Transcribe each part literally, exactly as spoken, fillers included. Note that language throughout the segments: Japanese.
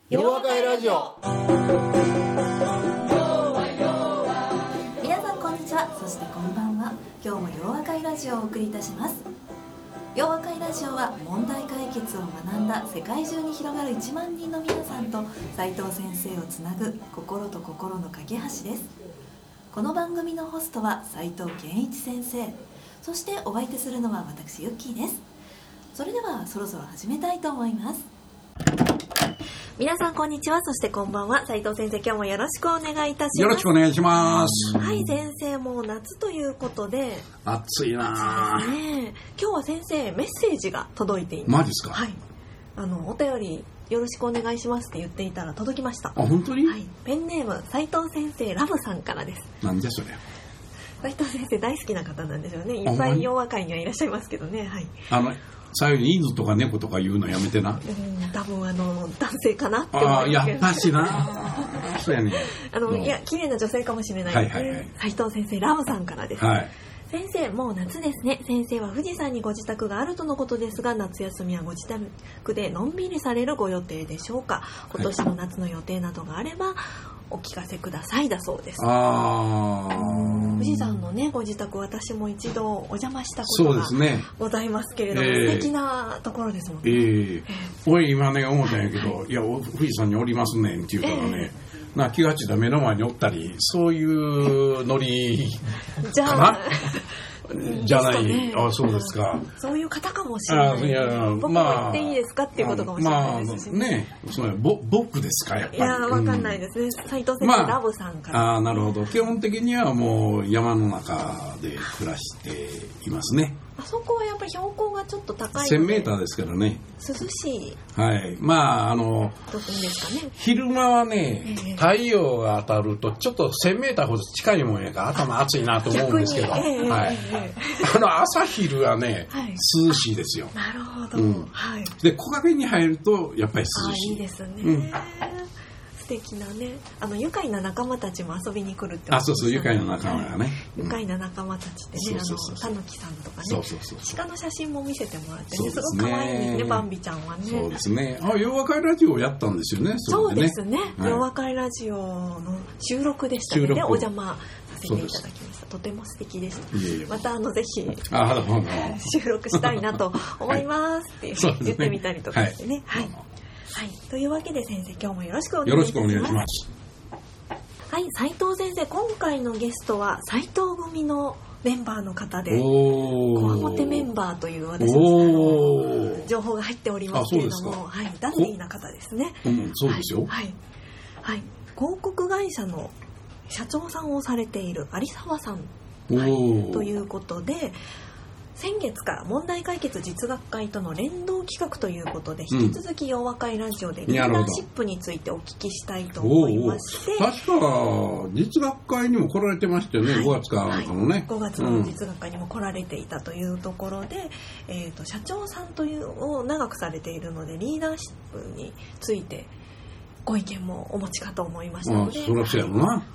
よわかいラジオ。 皆さんこんにちは、そしてこんばんは。今日もよわかいラジオをお送りいたします。よわかいラジオは問題解決を学んだ世界中に広がるいちまんにんの皆さんと斉藤先生をつなぐ心と心の架け橋です。この番組のホストは斉藤健一先生、そしてお相手するのは私ユッキーです。それではそろそろ始めたいと思います。皆さんこんにちは、そしてこんばんは。斉藤先生、今日もよろしくお願いいたします。 よろしくお願いします。 はい、先生、もう夏ということで暑いな暑いですね。今日は先生メッセージが届いています。 マジですか？ はい、あのお便りよろしくお願いしますって言っていたら届きました。 あ、本当に？ はい、ペンネーム斉藤先生ラブさんからです。 なんでそれ？ 斉藤先生大好きな方なんですよね。いっぱい洋和会にはいらっしゃいますけどね。はい、あの最後に犬とか猫とか言うのやめてな。 うん、多分あの男性かなって思いますけど。 あ、やっぱしな。そうやね。 あのいや綺麗な女性かもしれないですね。はいはいはい、斉藤先生ラブさんからです。はい、先生、もう夏ですね。先生は富士山にご自宅があるとのことですが、夏休みはご自宅でのんびりされるご予定でしょうか？今年の夏の予定などがあればお聞かせくださいだそうです。あ、富士山のねご自宅、私も一度お邪魔したことがございますけれども、ね、素敵なところですもんね。えーえー、 俺今ね思ったんやけど、はい、いや富士山におりますねんって言うからね、えー、な気がついた目の前におったり、そういうノリじゃあじゃない、ね、あ、そうですか。 そういう方かもしれない。あ、いや、僕も言っていいですかっていうことかもしれないですしね。まあ、ね、 そうぼ僕ですかやっぱり。 いや、わかんないですね。斉藤先生、まあ、ラブさんから。 ああ、なるほど。基本的にはもう山の中で暮らしていますね。 あそこはやっぱり標高がちょっと高いのでせんメーターですからね。 涼しい。 はい。まああのどういうんですかね。 昼間はね、えー、太陽が当たるとちょっとせんメーターほど近いもんやから頭暑いなと思うんですけど、えー、はい。えー、あの朝昼はね、はい、涼しいですよ。 なるほど。うん、はい。 で木陰に入るとやっぱり涼しい。 あ、いいですね。うん、素敵なね、あの愉快な仲間たちも遊びに来るって。 あ、そうそう、愉快な仲間がね、 うん、愉快な仲間たちってね、あのたぬきさんとかね、そうそうそうそう、鹿の写真も見せてもらってね、すごく可愛いですね、バンビちゃんはね。 そうですね。あ、よわかいラジオをやったんですよね。 そうですね。よわかいラジオの収録でしたので、ね、お邪魔させていただきました。とても素敵でした。いえいえ、またあのぜひあ収録したいなと思いますって言ってみたりとかしてね。はい。はい、というわけで先生、今日もよろしくお願いいたします。よろしくお願いします。はい、斉藤先生、今回のゲストは斉藤組のメンバーの方で、こわもてメンバーという私の情報が入っておりますけれども、はい、ダンディーな方ですね。 うん、そうですよ。 はい、はい、広告会社の社長さんをされている有沢さん、はい、ということで、先月から問題解決実学会との連動企画ということで、引き続きよわかいラジオでリーダーシップについてお聞きしたいと思いまして、 確か実学会にも来られてましたよね、はい、ごがつかなんかもね、はい、 ごがつの実学会にも来られていたというところで、うん、えーと、社長さんというを長くされているのでリーダーシップについてご意見もお持ちかと思いましたので、 あ、そりゃそうやろな、はい、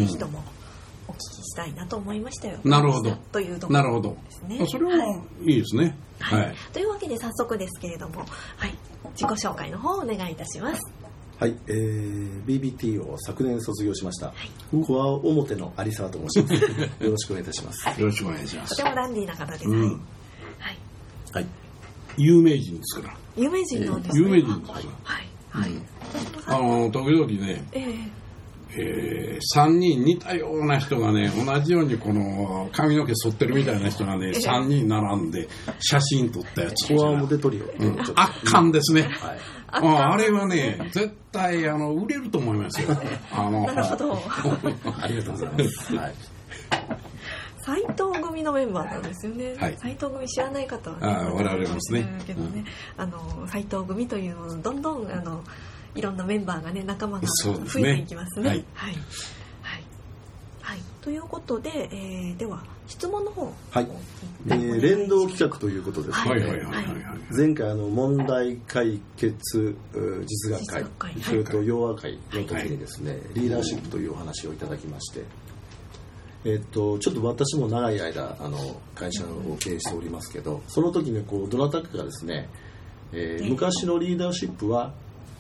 ぜひともお聞きしたいなと思いましたよ。 なるほど。 というところですね。 それはいいですね。 はい。はい、というわけで早速ですけれども、はい、自己紹介の方をお願いいたします。 はい、えー、ビービーティー を昨年卒業しました。はい、コア表の有沢と申します。よろしくお願いいたします。 よろしくお願いします。 とてもダンディーな方です。うん、はい。 はい。有名人ですから。 有名人なんですね。 有名人ですから。 はい。はい。うん、 あの時々ね。えーえー、さんにん似たような人がね、同じようにこの髪の毛剃ってるみたいな人がね、さんにん並んで写真撮ったやつ。 コアモテトリオ、 うん、圧巻ですね。はい、あ, あれはね、絶対あの売れると思いますよ。あのなるほど。 ありがとうございます。はい。 斉藤組のメンバーなんですよね。はい、斉藤組知らない方はね、 あ、我々もね。 けどね、うん、あの斉藤組というのをどんどんあのいろんなメンバーがね、仲間が増えていきますね。はい、はいはいはい、ということで、えー、では質問の方、 はい、えー、連動企画ということですね。はいはいはいはい、前回あの問題解決実学会、はい、それと洋和会の時にですね、はい、リーダーシップというお話をいただきまして、えー、とちょっと私も長い間あの会社を経営しておりますけど、その時にこうどなたかがですね、えー、昔のリーダーシップは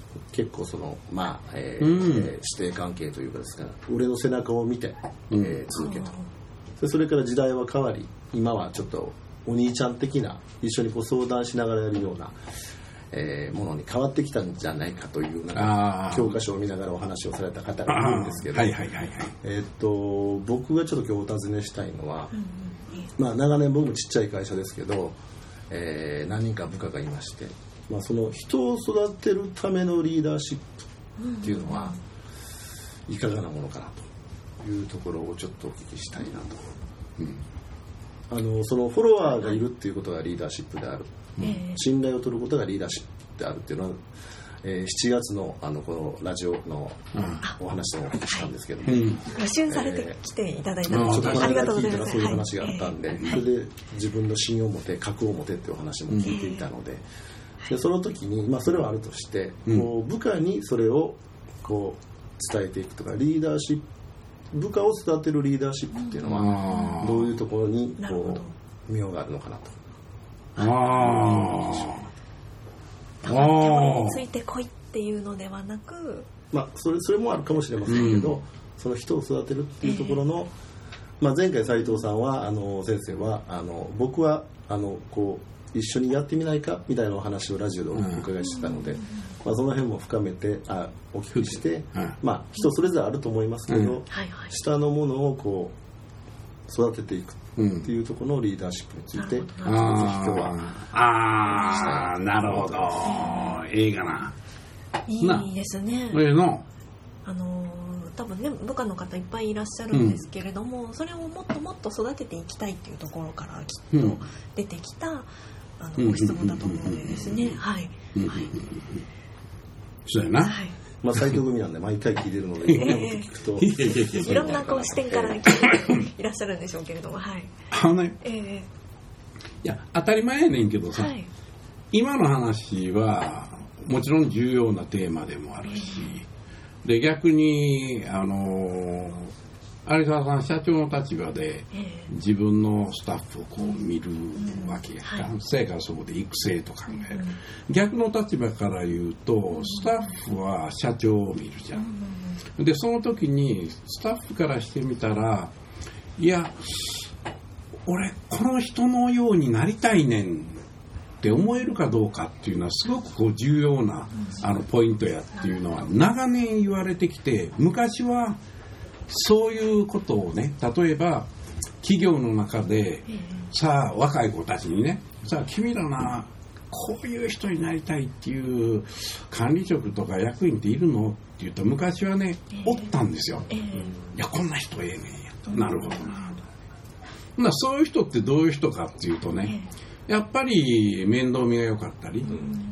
結構そのまあ、えーうんえー、師弟関係というかですか、俺の背中を見て、えー、続けた、うん、それから時代は変わり、今はちょっとお兄ちゃん的な一緒にこう相談しながらやるような、えー、ものに変わってきたんじゃないかというなんか教科書を見ながらお話をされた方がいるんですけど、はいはいはいはい、えー、っと僕がちょっと今日お尋ねしたいのは、うんまあ、長年僕もちっちゃい会社ですけど、えー、何人か部下がいまして、まあ、その人を育てるためのリーダーシップっていうのはいかがなものかなというところをちょっとお聞きしたいなと、うん、あのそのフォロワーがいるっていうことがリーダーシップである、うん、信頼を取ることがリーダーシップであるっていうのは、えー、しちがつ の, あのこのラジオの、うん、お話でもお聞きしたんですけども、 はいうん、予習されてきていただいたので、 えー、ちょっとこの間聞いたらそういう話があったんで、はい、それで自分の信を持て格を持てっていうお話も聞いていたので、でその時に、まあ、それはあるとして、うん、こう部下にそれをこう伝えていくとか、リーダーシップ、部下を育てるリーダーシップっていうのはどういうところにこう妙があるのかなと。 ああ、手もについてこいっていうのではなく、 まあ、それそれもあるかもしれませんけど、うん、その人を育てるっていうところの、えーまあ、前回斉藤さんはあの先生はあの僕はあのこう一緒にやってみないかみたいなお話をラジオでお伺いしてたので、うんまあ、その辺も深めてあお聞きして、うんまあ、人それぞれあると思いますけど、うん、下のものをこう育てていくっていうところのリーダーシップについて、うん、ぜひ今日はああなるほど、いいかな、 いいですね。 ええのあの多分ね部下の方いっぱいいらっしゃるんですけれども、うん、それをもっともっと育てていきたいっていうところからきっと出てきた、うん、あのご質問だと思うんでですね、はい、はい、 そうやな、はい、 まあ斉藤組なんで毎回聞いてるのでいろんなこと聞くといろんなこう視点から聞いていらっしゃるんでしょうけれども、はい、 あのね、えー、いや当たり前やねんけどさ、はい、今の話はもちろん重要なテーマでもあるし、うん、で逆にあの有沢さん社長の立場で自分のスタッフをこう見るわけやから、うん、せやからそこで育成と考える、うん、逆の立場から言うとスタッフは社長を見るじゃん、うん、でその時にスタッフからしてみたら、いや俺この人のようになりたいねんって思えるかどうかっていうのはすごくこう重要なあのポイントやっていうのは長年言われてきて、昔はそういうことをね、例えば企業の中でさあ若い子たちにね、さあ君らなこういう人になりたいっていう管理職とか役員っているのって言うと、昔はねおったんですよ。いやこんな人ええねんやと、なるほどな。そういう人ってどういう人かっていうとね、やっぱり面倒見が良かったり、うん、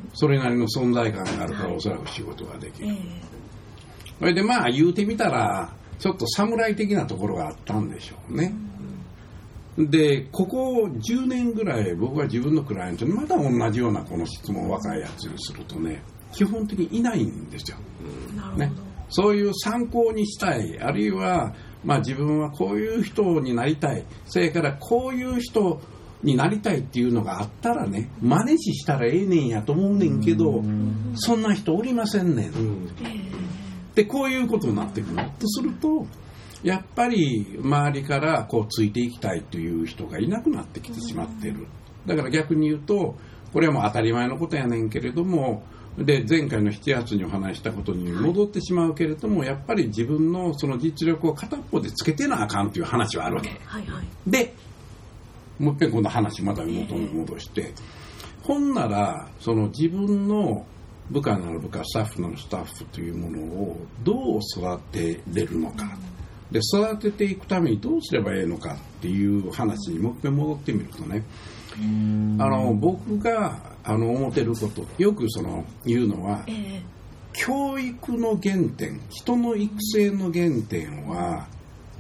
それなりの存在感があるからおそらく仕事ができる、はい、それでまあ言うてみたらちょっと侍的なところがあったんでしょうね、うん、でここじゅうねんぐらい僕は自分のクライアントにまだ同じようなこの質問を若いやつにするとね、基本的にいないんですよ、うんね、そういう参考にしたい、あるいはまあ自分はこういう人になりたい、それからこういう人になりたいっていうのがあったらね、真似ししたらええねんやと思うねんけど、そんな人おりませんねん、うん、でこういうことになってくるとすると、やっぱり周りからこうついていきたいという人がいなくなってきてしまってる。だから逆に言うとこれはもう当たり前のことやねんけれども、で前回のしちがつにお話したことに戻ってしまうけれども、やっぱり自分のその実力を片っぽでつけてなあかんという話はあるわけ、はいはい、でもう一遍この話また元に戻して、ほんならその自分の部下なる部下、スタッフなるスタッフというものをどう育てれるのか、で育てていくためにどうすればいいのかっていう話にもう一遍戻ってみるとね、あの僕があの思ってること、よくその言うのは、えー、教育の原点、人の育成の原点は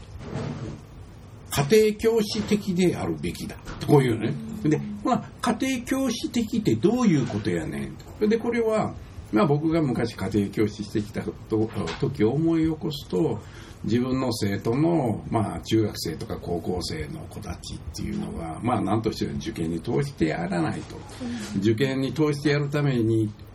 家庭教師的であるべきだ、こういうね。で、まあ、家庭教師的ってどういうことやねん。でこれは、まあ、僕が昔家庭教師してきた時を思い起こすと、自分の生徒の、まあ、中学生とか高校生の子たちっていうのは、まあ、何としても受験に通してやらないと、受験に通してやるために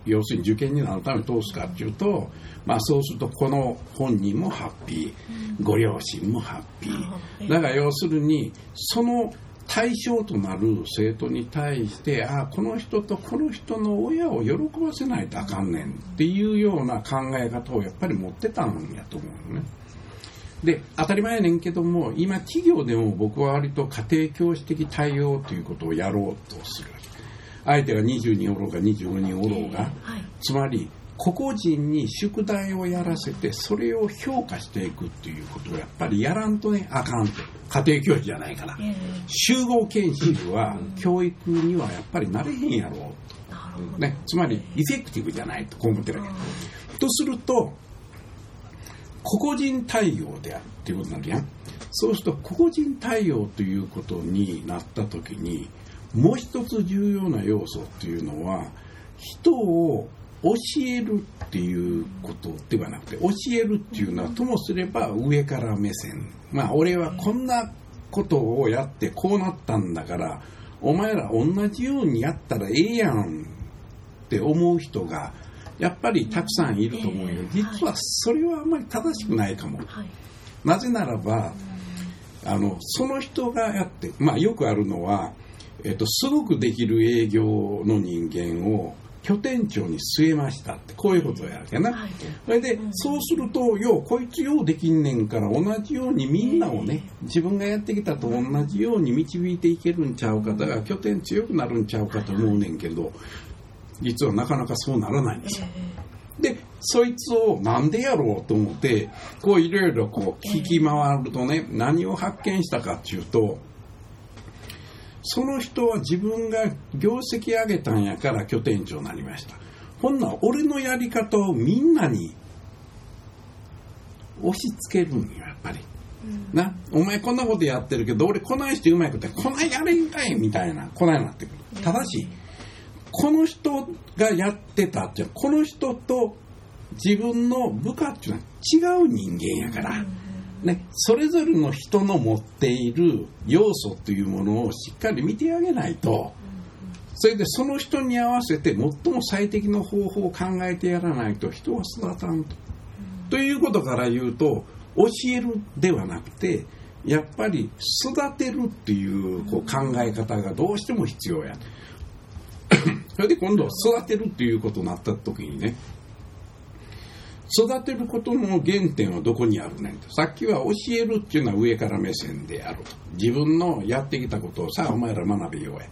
要するに受験になるために通すかっていうと、まあ、そうするとこの本人もハッピー、ご両親もハッピーだから要するにその対象となる生徒に対してあこの人とこの人の親を喜ばせないとあかんねんっていうような考え方をやっぱり持ってたんやと思うね。で当たり前やねんけども今企業でも僕は割と家庭教師的対応ということをやろうとする。相手がにじゅうにんおろうがにじゅうごにんおろうが、はい、つまり個々人に宿題をやらせてそれを評価していくっていうことをやっぱりやらんとねあかんと。家庭教師じゃないから、えー、集合研修は教育にはやっぱりなれへんやろうと、ね、つまりエフェクティブじゃないとこう思ってるわけとすると個々人対応であるっていうことになるやん。そうすると個々人対応ということになった時にもう一つ重要な要素っていうのは人を教えるっていうことではなくて教えるっていうのはともすれば上から目線まあ俺はこんなことをやってこうなったんだからお前ら同じようにやったらええやんって思う人がやっぱりたくさんいると思うよ。実はそれはあんまり正しくないかも。なぜならばあのその人がやってまあよくあるのはえっとすごくできる営業の人間を拠点長に据えましたってこういうことをやるやな、はい、それで、うん、そうするとようこいつようできんねんから同じようにみんなをね自分がやってきたと同じように導いていけるんちゃうかだから拠点強くなるんちゃうかと思うねんけど実はなかなかそうならないんですよ。でそいつをなんでやろうと思ってこういろいろこう聞き回るとね何を発見したかっていうとその人は自分が業績上げたんやから拠点長になりました。ほんなら俺のやり方をみんなに押し付けるんよやっぱり、うん、なお前こんなことやってるけど俺こないしてうまいことこないやれんかいみたいなこないなってくる。ただしこの人がやってたってこの人と自分の部下っていうのは違う人間やから、うんね、それぞれの人の持っている要素というものをしっかり見てあげないとそれでその人に合わせて最も最適の方法を考えてやらないと人は育たんと、うん、ということから言うと教えるではなくてやっぱり育てるっていう、こう考え方がどうしても必要やそれで今度は育てるっていうことになった時にね育てることの原点はどこにあるねんと。さっきは教えるっていうのは上から目線であると。自分のやってきたことをさあお前ら学べようや、はい、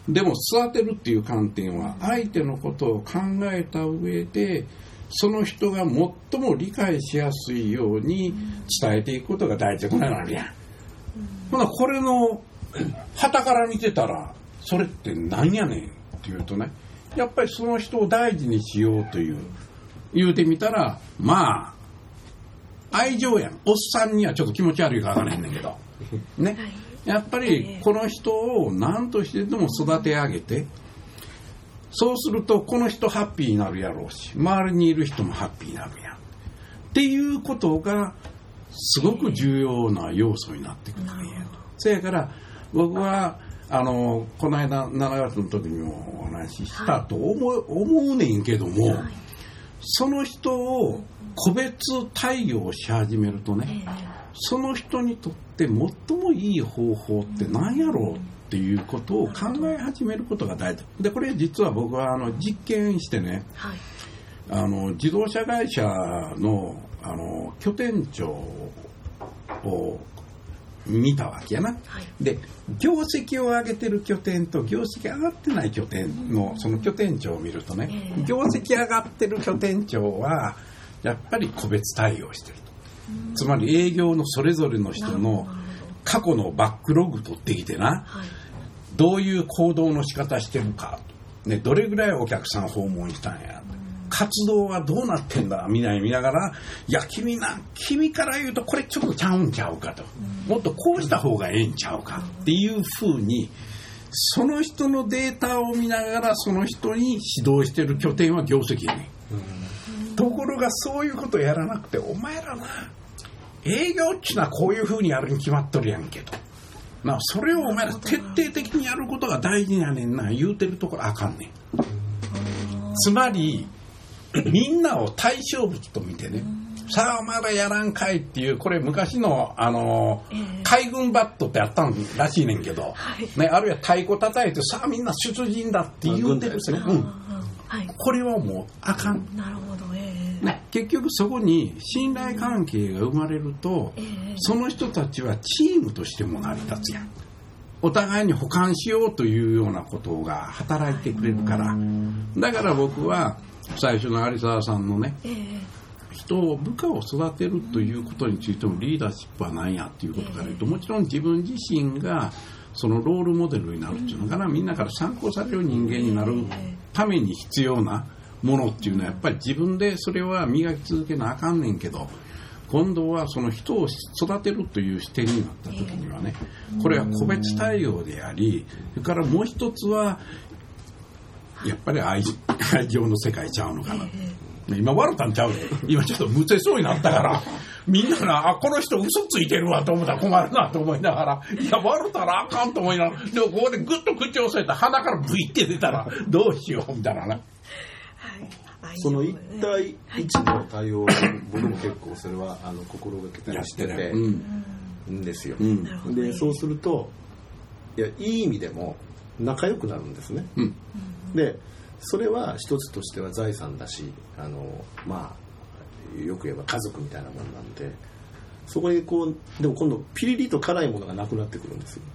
でも育てるっていう観点は相手のことを考えた上でその人が最も理解しやすいように伝えていくことが大事なのやん。ほなこれの傍から見てたらそれって何やねんっていうとねやっぱりその人を大事にしようという言うてみたらまあ愛情やん。おっさんにはちょっと気持ち悪いかわからへんねんけどね、はい、やっぱりこの人を何としてでも育て上げてそうするとこの人ハッピーになるやろうし周りにいる人もハッピーになるやんっていうことがすごく重要な要素になってくるんやと。そやから僕はあのこの間しちがつの時にもお話ししたと思う、はい、思うねんけども、はい、その人を個別対応し始めるとね、えー、その人にとって最もいい方法って何やろうっていうことを考え始めることが大事で、これ実は僕はあの実験してね、はい、あの自動車会社 の, あの拠点長を見たわけやな、はい、で業績を上げてる拠点と業績上がってない拠点のその拠点長を見るとね、えー、業績上がってる拠点長はやっぱり個別対応してると、つまり営業のそれぞれの人の過去のバックログ取ってきてな、はい、どういう行動の仕方してるか、ね、どれぐらいお客さん訪問したんや、活動はどうなってんだみたいに見ながら、いや君な君から言うとこれちょっとちゃうんちゃうかと、もっとこうした方がええんちゃうかっていう風にその人のデータを見ながらその人に指導してる拠点は業績やね、うん、ところがそういうことやらなくて、お前らな営業っちゅうのはこういう風にやるに決まっとるやんけとな、それをお前ら徹底的にやることが大事やねんな言うてるところあかんねん。 つまりみんなを対象物と見てね、さあまだやらんかいっていう、これ昔のあの、えー、海軍バットってあったんらしいねんけど、はいね、あるいは太鼓叩いてさあみんな出陣だって言うてるんですね、うんはい、これはもうあかん、 なるほど、えーね、結局そこに信頼関係が生まれると、えー、その人たちはチームとしても成り立つやん、お互いに補完しようというようなことが働いてくれるから、だから僕は最初の有沢さんのね、えー人を部下を育てるということについてもリーダーシップは何やっていうことから言うと、もちろん自分自身がそのロールモデルになるっていうのかな、みんなから参考される人間になるために必要なものっていうのはやっぱり自分でそれは磨き続けなあかんねんけど、今度はその人を育てるという視点になった時にはね、これは個別対応であり、それからもう一つはやっぱり 愛, 愛情の世界ちゃうのかな。今笑ったんちゃうで、今ちょっとむせそうになったからみんながあこの人嘘ついてるわと思ったら困るなと思いながら、いや笑ったらあかんと思いながら、でもここでグッと口を押さえた鼻からブイって出たらどうしようみたいなね、 はい、その一対一の対応を僕も結構それはあの心がけたりしててんですよ、うん、でそうするといやいい意味でも仲良くなるんですね、うん、でそれは一つとしては財産だし、あのまあよく言えば家族みたいなものなんで、そこにこうでも今度ピリリと辛いものがなくなってくるんですよ。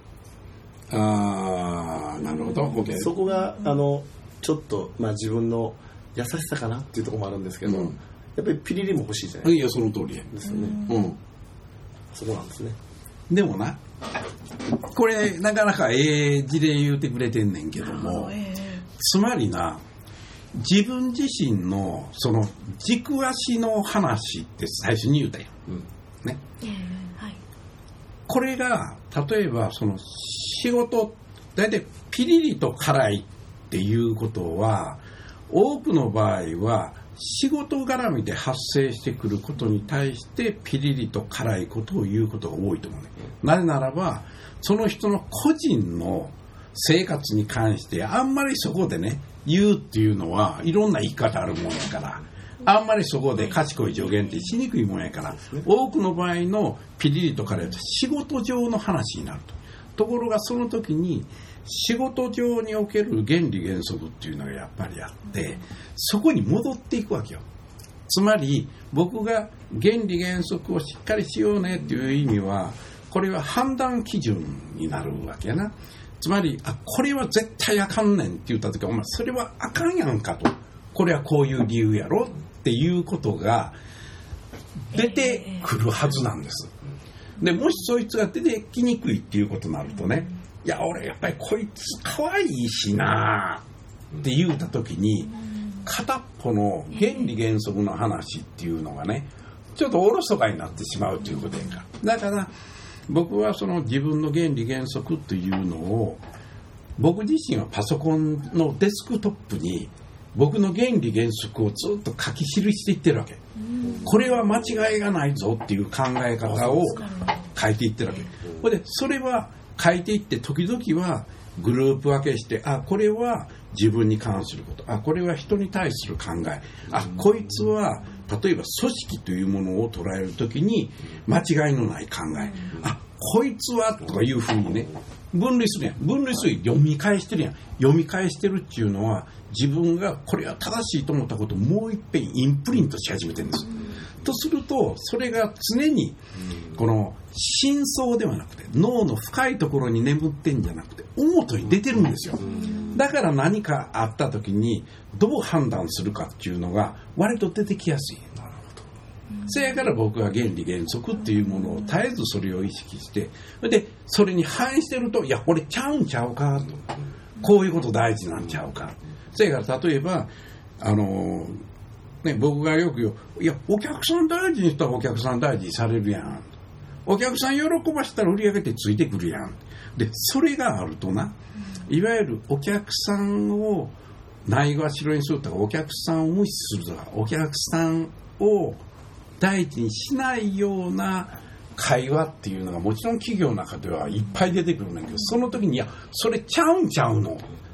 ああ、なるほど。OK。 そこがあのちょっとまあ自分の優しさかなっていうところもあるんですけど、うん、やっぱりピリリも欲しいじゃないですか。 いやその通りですよね。うん。そこなんですね。 でもな、これなかなかええ事例言うてくれてんねんけども。つまりな、自分自身のその軸足の話って最初に言うたよ、うんねえーはい、これが例えばその仕事だいたいピリリと辛いっていうことは多くの場合は仕事絡みで発生してくることに対してピリリと辛いことを言うことが多いと思うね、うん、なぜならばその人の個人の生活に関してあんまりそこでね言うっていうのはいろんな言い方あるもんやから、あんまりそこで賢い助言ってしにくいもんやから、多くの場合のピリリとから言うと仕事上の話になると。ところがその時に仕事上における原理原則っていうのがやっぱりあって、そこに戻っていくわけよ。つまり僕が原理原則をしっかりしようねっていう意味は、これは判断基準になるわけやな。つまりあこれは絶対あかんねんって言った時はお前それはあかんやんかと、これはこういう理由やろっていうことが出てくるはずなんです。でもしそいつが出てきにくいっていうことになるとね、いや俺やっぱりこいつ可愛いしなって言うた時に片っぽの原理原則の話っていうのがねちょっとおろそかになってしまうということやんか。だから僕はその自分の原理原則というのを僕自身はパソコンのデスクトップに僕の原理原則をずっと書き記していってるわけ。これは間違いがないぞっていう考え方を書いていってるわけ。それでそれは書いていって時々はグループ分けして、あこれは自分に関すること、あこれは人に対する考え、あこいつは例えば組織というものを捉えるときに間違いのない考え、あこいつはとかいうふうにね分類するやん。分類する読み返してるやん。読み返してるっていうのは自分がこれは正しいと思ったことをもう一遍インプリントし始めてるんです。とするとそれが常にこの深層ではなくて脳の深いところに眠ってんじゃなくて表に出てるんですよ。だから何かあった時にどう判断するかっていうのが割と出てきやすい。なるほど。そやから僕は原理原則っていうものを絶えずそれを意識してでそれに反してるといやこれちゃうんちゃうかとこういうこと大事なんちゃうか。そやから例えばあのね、僕がよく言う、いやお客さん大事にしたらお客さん大事にされるやん、お客さん喜ばしたら売り上げてついてくるやん。でそれがあるとな、いわゆるお客さんをないがしろにするとかお客さんを無視するとかお客さんを大事にしないような会話っていうのがもちろん企業の中ではいっぱい出てくるんだけど、その時にいやそれちゃうんちゃうのっ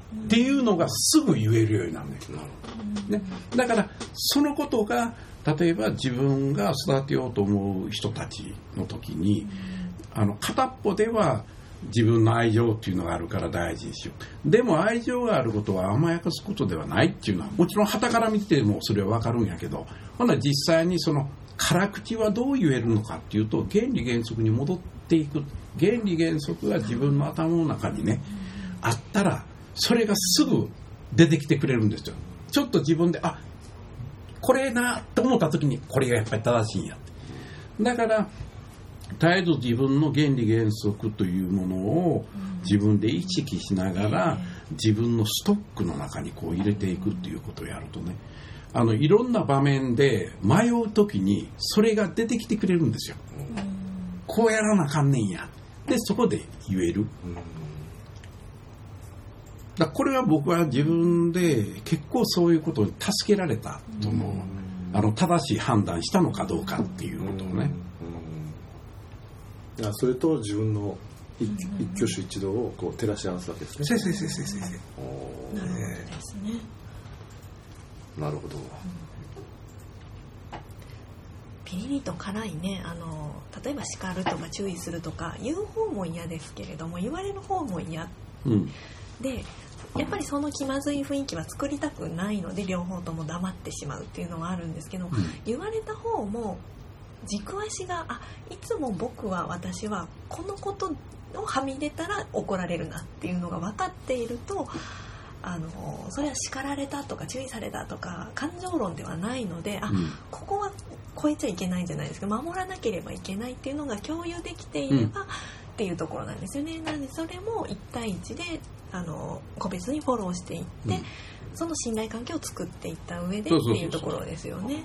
っていうのがすぐ言えるようになるんです、ね、だからそのことが例えば自分が育てようと思う人たちの時に、あの片っぽでは自分の愛情っていうのがあるから大事にしよう。でも愛情があることは甘やかすことではないっていうのはもちろん傍から見てもそれは分かるんやけど、ほな実際にその辛口はどう言えるのかっていうと、原理原則に戻っていく。原理原則が自分の頭の中にねあったら、それがすぐ出てきてくれるんですよ。ちょっと自分であこれなと思った時にこれがやっぱり正しいんやって。だから絶えず自分の原理原則というものを自分で意識しながら自分のストックの中にこう入れていくっていうことをやるとね、あのいろんな場面で迷う時にそれが出てきてくれるんですよ。こうやらなあかんねんやで、そこで言える。だこれは僕は自分で結構そういうことに助けられたと思う。あの正しい判断したのかどうかっていうことをね。 それと自分の一挙手一動をこう照らし合わすわけですね。 先生先生先生。 なるほどですね。 なるほど。 ピリリと辛いね、あの例えば叱るとか注意するとか言う方も嫌ですけれども、言われる方も嫌、うん、でやっぱりその気まずい雰囲気は作りたくないので両方とも黙ってしまうっていうのはあるんですけど、うん、言われた方も軸足があいつも僕は私はこのことをはみ出たら怒られるなっていうのが分かっていると、あのそれは叱られたとか注意されたとか感情論ではないので、あ、うん、ここは超えちゃいけないんじゃないですか、守らなければいけないっていうのが共有できていれば、うん、っていうところなんですよね。なのでそれも一対一であの個別にフォローしていって、うん、その信頼関係を作っていった上でっていうところですよね。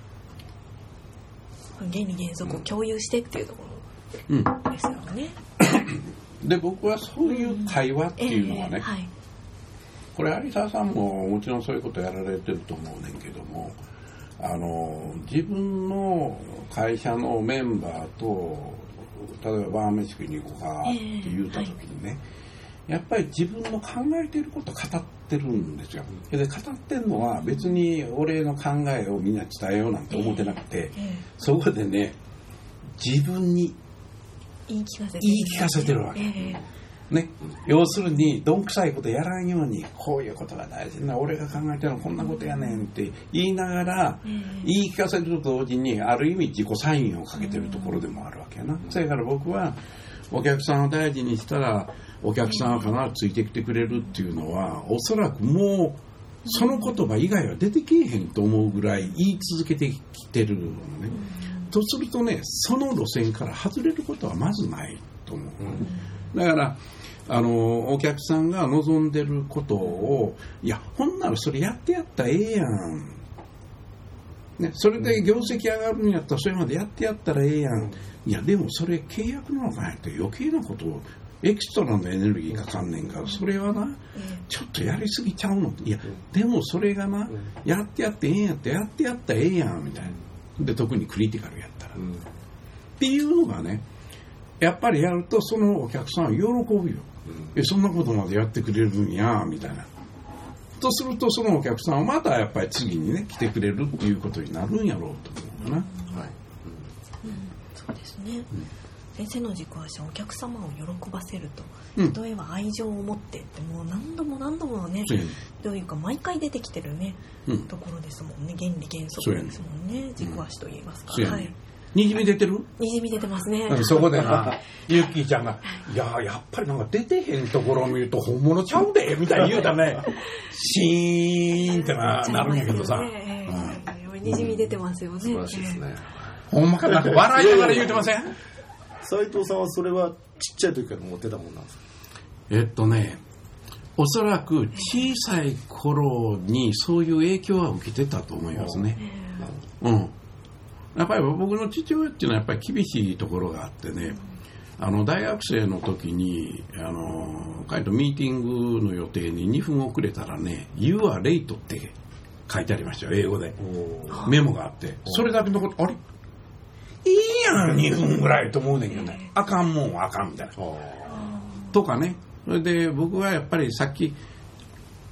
原理原則を共有してっていうところですよね。 うん、で僕はそういう会話っていうのはね、うんえーはい、これ有沢さんももちろんそういうことやられてると思うねんけども、あの自分の会社のメンバーと例えばバー飯食いに行こうかって言った時にね、えーはい、やっぱり自分の考えていることを語ってるんですよ。で語ってるのは別に俺の考えをみんな伝えようなんて思ってなくて、えーえー、そこでね自分に言い聞かせてる、 言い聞かせてるわけ、えーね、要するにどんくさいことやらんようにこういうことが大事な、俺が考えてるのこんなことやねんって言いながら言い聞かせると同時にある意味自己催眠をかけてるところでもあるわけやな。それから僕はお客さんを大事にしたらお客さんは必ずついてきてくれるっていうのはおそらくもうその言葉以外は出てけえへんと思うぐらい言い続けてきてるのね。とするとね、その路線から外れることはまずないと思う。だからあのお客さんが望んでることを、いやほんならそれやってやったらええやん、ね、それで業績上がるんやったらそれまでやってやったらええやん、いやでもそれ契約なのかなって余計なことをエキストラのエネルギーかかんねんから、それはなちょっとやりすぎちゃうの、いやでもそれがなやってやってええやってやってやったらええやんみたいなで、特にクリティカルやったら、うん、っていうのがねやっぱりやるとそのお客さんは喜ぶよ、うん、えそんなことまでやってくれるんやみたいなとすると、そのお客さんはまたやっぱり次にね来てくれるっていうことになるんやろうと思うかな、うんはいうん、そうですね、うん、先生の軸足はお客様を喜ばせると、うん、例えば愛情を持ってってもう何度も何度もね、うん、どういうか毎回出てきてるね、うん、ところですもんね。原理原則ですもんね、軸足と言いますか、はい、 にじみ出てる？ にじみ出てますね。 そこでな、ゆっきーちゃんが、いややっぱりなんか出てへんところを見ると本物ちゃうでみたいに言うたね、シーンって な, なるんやけどさ、ねうん、にじみ出てますよね。 素晴らしいですね。 ほんまかなんか笑いながら言うてません？ 斉藤さんはそれはちっちゃい時から持ってたもんなんですか？ えっとね、おそらく小さい頃にそういう影響は受けてたと思いますね。うん。やっぱり僕の父親っていうのはやっぱり厳しいところがあってね、あの大学生の時にあの彼とミーティングの予定ににふん遅れたらね You are late って書いてありましたよ、英語でメモがあって、それだけのこと、あれいいやんにふんぐらいと思うねんけどね、あかんもんはあかんみたいなとかね。それで僕はやっぱりさっき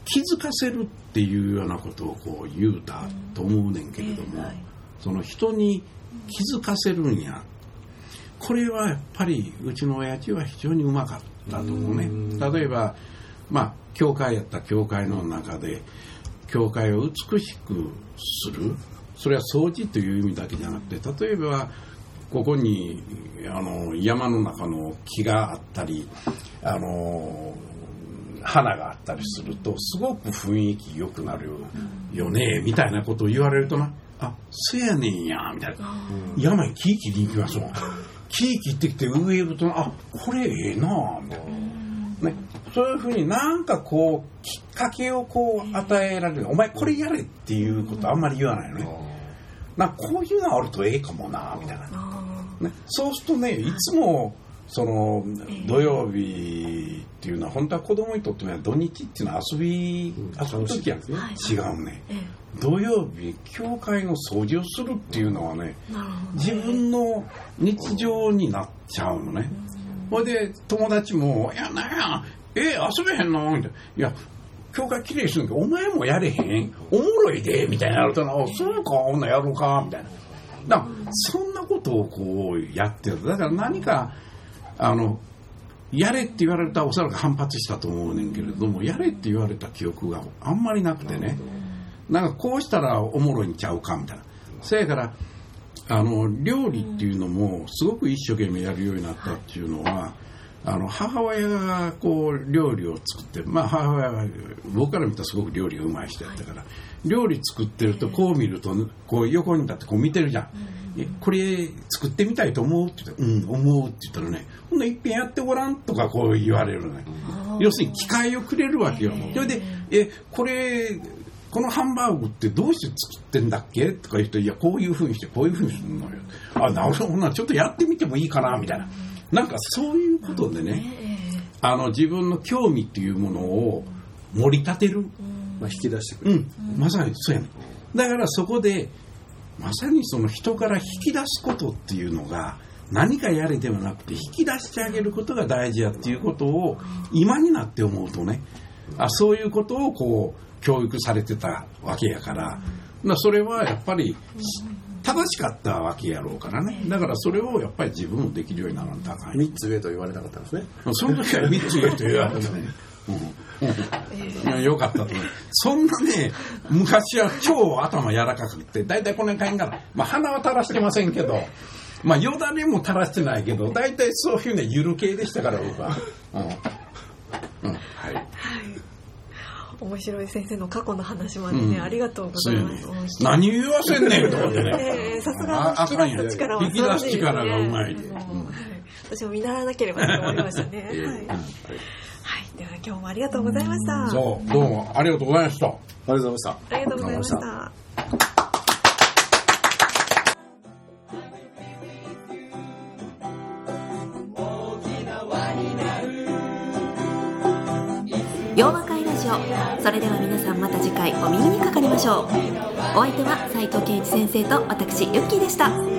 気づかせるっていうようなことをこう言うたと思うねんけれども、えーはい、その人に気づかせるんや、これはやっぱりうちの親父は非常にうまかったと思うね。例えばまあ教会やった教会の中で教会を美しくする、それは掃除という意味だけじゃなくて、例えばここにあの山の中の木があったりあの花があったりするとすごく雰囲気良くなるよねみたいなことを言われるとな、あ、そうやねんやみたいな、山に木切りに行きましょう、木切ってきて植えると、あ、これええなみたいな、ね、そういうふうになんかこうきっかけをこう与えられる、お前これやれっていうことあんまり言わないよね。なんかこういうのあるとええかもなみたいな、ね、そうするとね、いつもその土曜日っていうのは本当は子供にとっては土日っていうのは遊び、うん、遊ぶ時やん、ね、違うね、土曜日教会の掃除をするっていうのはね、自分の日常になっちゃうのね。ほいで友達もいやなんやえ遊べへんのみたいな、いや教会きれいにするんけどお前もやれへん、おもろいでみたいなのとな、そうかほんなやろうかみたいな、だからそんなことをこうやってる。だから何かあのやれって言われたらおそらく反発したと思うねんけれども、やれって言われた記憶があんまりなくてね、なんかこうしたらおもろいんちゃうかみたいな。そやからあの料理っていうのもすごく一生懸命やるようになったっていうのは、あの母親がこう料理を作って、まあ母親は僕から見たらすごく料理がうまい人やったから、料理作ってるとこう見るとこう横に立ってこう見てるじゃん。えこれ作ってみたいと思うって言ったら、うん思うって言ったらね、ほんで一遍やってごらんとかこう言われるね。要するに機会をくれるわけよ。それでえこれこのハンバーグってどうして作ってんだっけとか言うと、いやこういう風にしてこういう風にするのよ。あ、なるほどな、ちょっとやってみてもいいかなみたいな。なんかそういうことでね、あの自分の興味っていうものを盛り立てる、 まあ、引き出してくれる、 うん、まさにそうやね。だからそこでまさにその人から引き出すことっていうのが何かやれではなくて引き出してあげることが大事やっていうことを今になって思うとね、あそういうことをこう教育されてたわけやから、それはやっぱり正しかったわけやろうからね。だからそれをやっぱり自分もできるようにならんとあかん。 みっつ上と言われなかったんですね。 その時はみっつ上と言われたね。うんうん、よかったと思う。そんなね、昔は超頭柔らかくて、だいたいこの辺かんから、まあ鼻は垂らしてませんけど、まあよだれも垂らしてないけど、だいたいそういうねゆる系でしたから僕は。うんうん、はい。はい。 面白い先生の過去の話までね、うん、ありがとうございます。 ね、何言わせんねんと思ってね。さすが引き出す力は引き出す力がうまい、うんはい。私も見習わなければと思いましたね。はい。はい、では今日もありがとうございました。 そう、どうもありがとうございました。ありがとうございました。 ありがとうございました。 洋和会ラジオ、それでは皆さんまた次回お耳にかかりましょう。お相手は斉藤健一先生と私ユッキーでした。